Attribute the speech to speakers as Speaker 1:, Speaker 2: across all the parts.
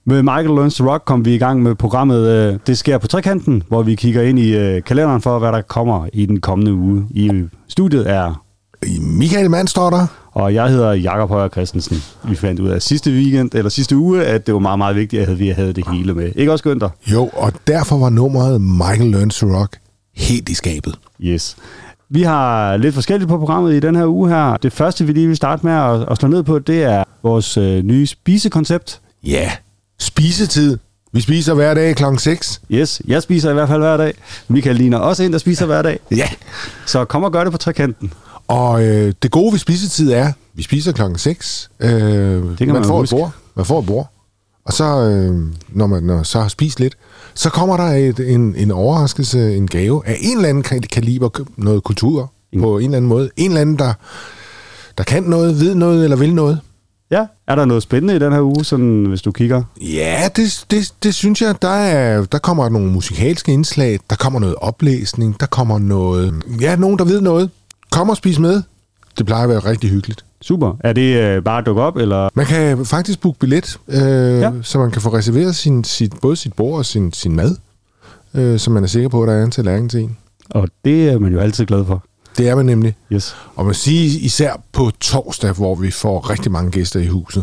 Speaker 1: Med Michael Learns to Rock kom vi i gang med programmet Det sker på trekanten, hvor vi kigger ind i kalenderen for, hvad der kommer i den kommende uge. I studiet er
Speaker 2: Michael Mandstorter.
Speaker 1: Og jeg hedder Jakob Højer Christensen. Vi fandt ud af sidste uge, at det var meget, meget vigtigt, at vi havde det hele med. Ikke også, Günther?
Speaker 2: Jo, og derfor var nummeret Michael Learns to Rock helt i skabet.
Speaker 1: Yes. Vi har lidt forskelligt på programmet i den her uge her. Det første, vi lige vil starte med at slå ned på, det er vores nye spisekoncept.
Speaker 2: Ja, spisetid. Vi spiser hver dag kl. 6.
Speaker 1: Yes, jeg spiser i hvert fald hver dag. Michael ligner også en, der spiser hver dag.
Speaker 2: Ja.
Speaker 1: Så kom og gør det på trekanten.
Speaker 2: Og det gode ved spisetid er, vi spiser kl. 6.
Speaker 1: Det kan man
Speaker 2: får
Speaker 1: huske.
Speaker 2: Man får et bord. Og så, når man så har spist lidt, så kommer der en overraskelse, en gave af en eller anden kaliber, noget kultur på en eller anden måde. En eller anden, der kan noget, ved noget eller vil noget.
Speaker 1: Ja, er der noget spændende i den her uge, sådan, hvis du kigger?
Speaker 2: Ja, det synes jeg. Der kommer nogle musikalske indslag, der kommer noget oplæsning, der kommer noget... Ja, nogen, der ved noget. Kom og spis med. Det plejer at være rigtig hyggeligt.
Speaker 1: Super. Er det bare at dukke op, eller?
Speaker 2: Man kan faktisk booke billet, så man kan få reserveret både sit bord og sin mad, så man er sikker på, at der er en tallerken til en.
Speaker 1: Og det er man jo altid glad for.
Speaker 2: Det er man nemlig.
Speaker 1: Yes.
Speaker 2: Og man siger især på torsdag, hvor vi får rigtig mange gæster i huset.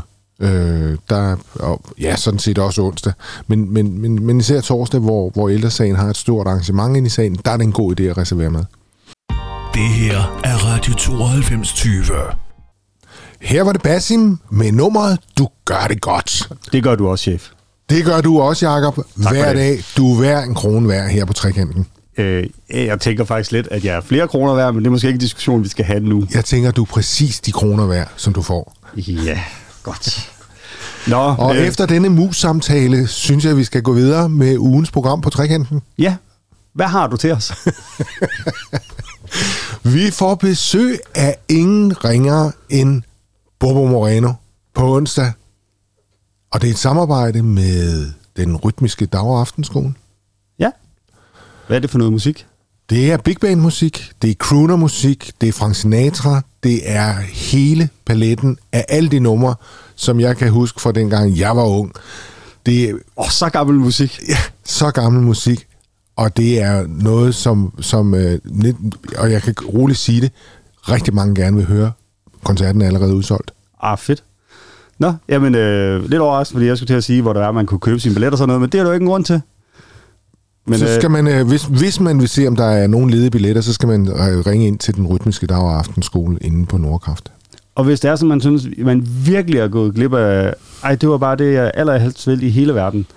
Speaker 2: Sådan set også onsdag. Men især torsdag, hvor Ældresagen har et stort arrangement ind i sagen, der er det en god idé at reservere med.
Speaker 3: Det her er Radio 9220.
Speaker 2: Her var det Basim med nummeret Du gør det godt.
Speaker 1: Det gør du også, chef.
Speaker 2: Det gør du også, Jakob. Hver dag. Du er hver en krone værd her på trekanten.
Speaker 1: Jeg tænker faktisk lidt, at jeg er flere kroner værd, men det er måske ikke en diskussion, vi skal have nu.
Speaker 2: Jeg tænker, du er præcis de kroner værd, som du får.
Speaker 1: Ja, godt.
Speaker 2: Og efter denne mus-samtale, synes jeg, vi skal gå videre med ugens program på trekanten.
Speaker 1: Ja, hvad har du til os?
Speaker 2: Vi får besøg af ingen ringere end Bobo Moreno på onsdag. Og det er et samarbejde med den rytmiske dag- og aftenskole.
Speaker 1: Ja. Hvad er det for noget musik?
Speaker 2: Det er big band musik, det er crooner musik, det er Frank Sinatra, det er hele paletten af alle de numre, som jeg kan huske fra dengang jeg var ung. Det er
Speaker 1: så gammel musik.
Speaker 2: Ja, så gammel musik. Og det er noget, som og jeg kan roligt sige det, rigtig mange gerne vil høre. Koncerten er allerede udsolgt.
Speaker 1: Fedt. Nå, jamen lidt overraskende, fordi jeg skulle til at sige, hvor der er, man kunne købe sine billetter og sådan noget, men det er der jo ikke en grund til.
Speaker 2: Men, så skal man, hvis man vil se, om der er nogen ledige billetter, så skal man ringe ind til den rytmiske dag- og aftenskole inde på Nordkraft.
Speaker 1: Og hvis det er sådan, man synes, man virkelig er gået glip af, det var bare det, jeg allerhelst vil i hele verden,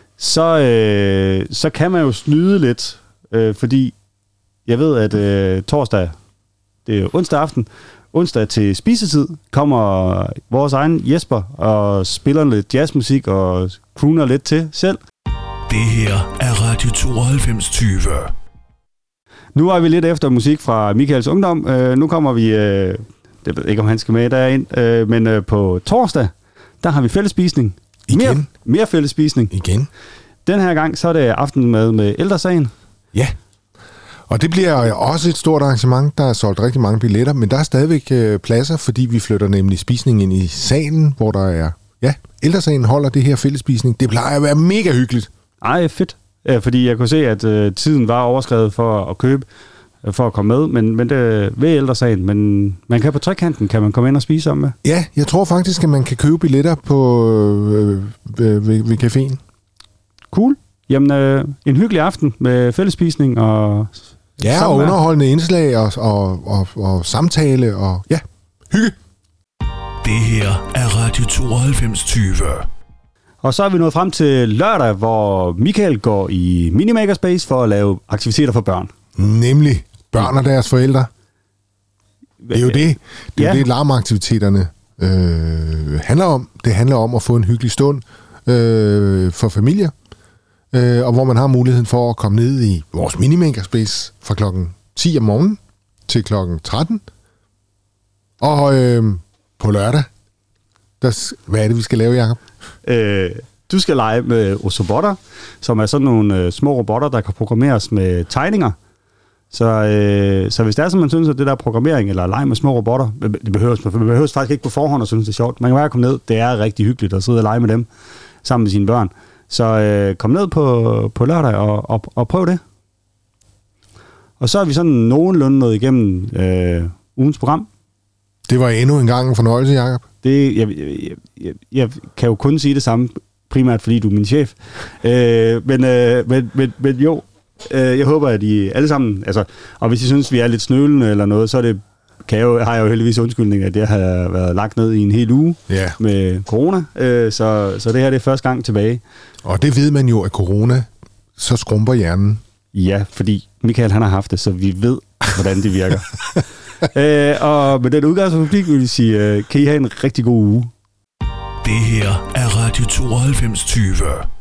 Speaker 1: så kan man jo snyde lidt, fordi jeg ved, at torsdag, det er onsdag aften, onsdag til spisetid, kommer vores egen Jesper og spiller lidt jazzmusik og crooner lidt til selv.
Speaker 3: Det her er Radio 9220.
Speaker 1: Nu er vi lidt efter musik fra Michaels Ungdom. Nu kommer vi, det ved ikke, om han skal med derind, men på torsdag, der har vi fællesspisning.
Speaker 2: Igen?
Speaker 1: Mere fællesspisning.
Speaker 2: Igen?
Speaker 1: Den her gang, så er det aftenmad med Ældresagen.
Speaker 2: Ja. Og det bliver også et stort arrangement. Der er solgt rigtig mange billetter, men der er stadigvæk pladser, fordi vi flytter nemlig spisningen ind i salen, hvor der er... Ja, Ældresagen holder det her fællesspisning. Det plejer at være mega hyggeligt.
Speaker 1: Fedt. Fordi jeg kunne se, at tiden var overskredet for at købe, for at komme med, men det ved Ældresagen. Men man kan på trekanten, kan man komme ind og spise sammen med?
Speaker 2: Ja, jeg tror faktisk, at man kan købe billetter på ved caféen.
Speaker 1: Cool. Jamen, en hyggelig aften med fællesspisning og...
Speaker 2: Ja, og underholdende indslag og samtale og ja, hygge.
Speaker 3: Det her er Radio 9220.
Speaker 1: Og så er vi nået frem til lørdag, hvor Michael går i Minimakerspace for at lave aktiviteter for børn.
Speaker 2: Nemlig børn og deres forældre. Det er jo det. Det er jo det, larmaktiviteterne handler om. Det handler om at få en hyggelig stund for familier. Og hvor man har muligheden for at komme ned i vores Minimakerspace fra klokken 10 om morgenen til klokken 13. Og på lørdag, hvad er det, vi skal lave, Jacob?
Speaker 1: Du skal lege med Osobotter, som er sådan nogle små robotter, der kan programmeres med tegninger. Så hvis det er sådan, man synes, at det der programmering eller lege med små robotter, det behøves faktisk ikke på forhånd at synes, det er sjovt. Man kan bare komme ned, det er rigtig hyggeligt at sidde og lege med dem. sammen med sine børn. Så kom ned på lørdag og prøv det. Og så er vi sådan nogenlunde nået igennem ugens program.
Speaker 2: Det var endnu en gang en fornøjelse, Jacob.
Speaker 1: Jeg kan jo kun sige det samme, primært fordi du er min chef. Men jo, jeg håber, at I alle sammen... Altså, og hvis I synes, vi er lidt snølende eller noget, så er det, har jeg jo heldigvis undskyldning, at det har været lagt ned i en hel uge med corona. Så det her det er første gang tilbage.
Speaker 2: Og det ved man jo, at corona, så skrumper hjernen.
Speaker 1: Ja, fordi Michael han har haft det, så vi ved, hvordan det virker. Og med den udgangsreplik vil jeg sige, kan I have en rigtig god uge.
Speaker 3: Det her er Radio 9220.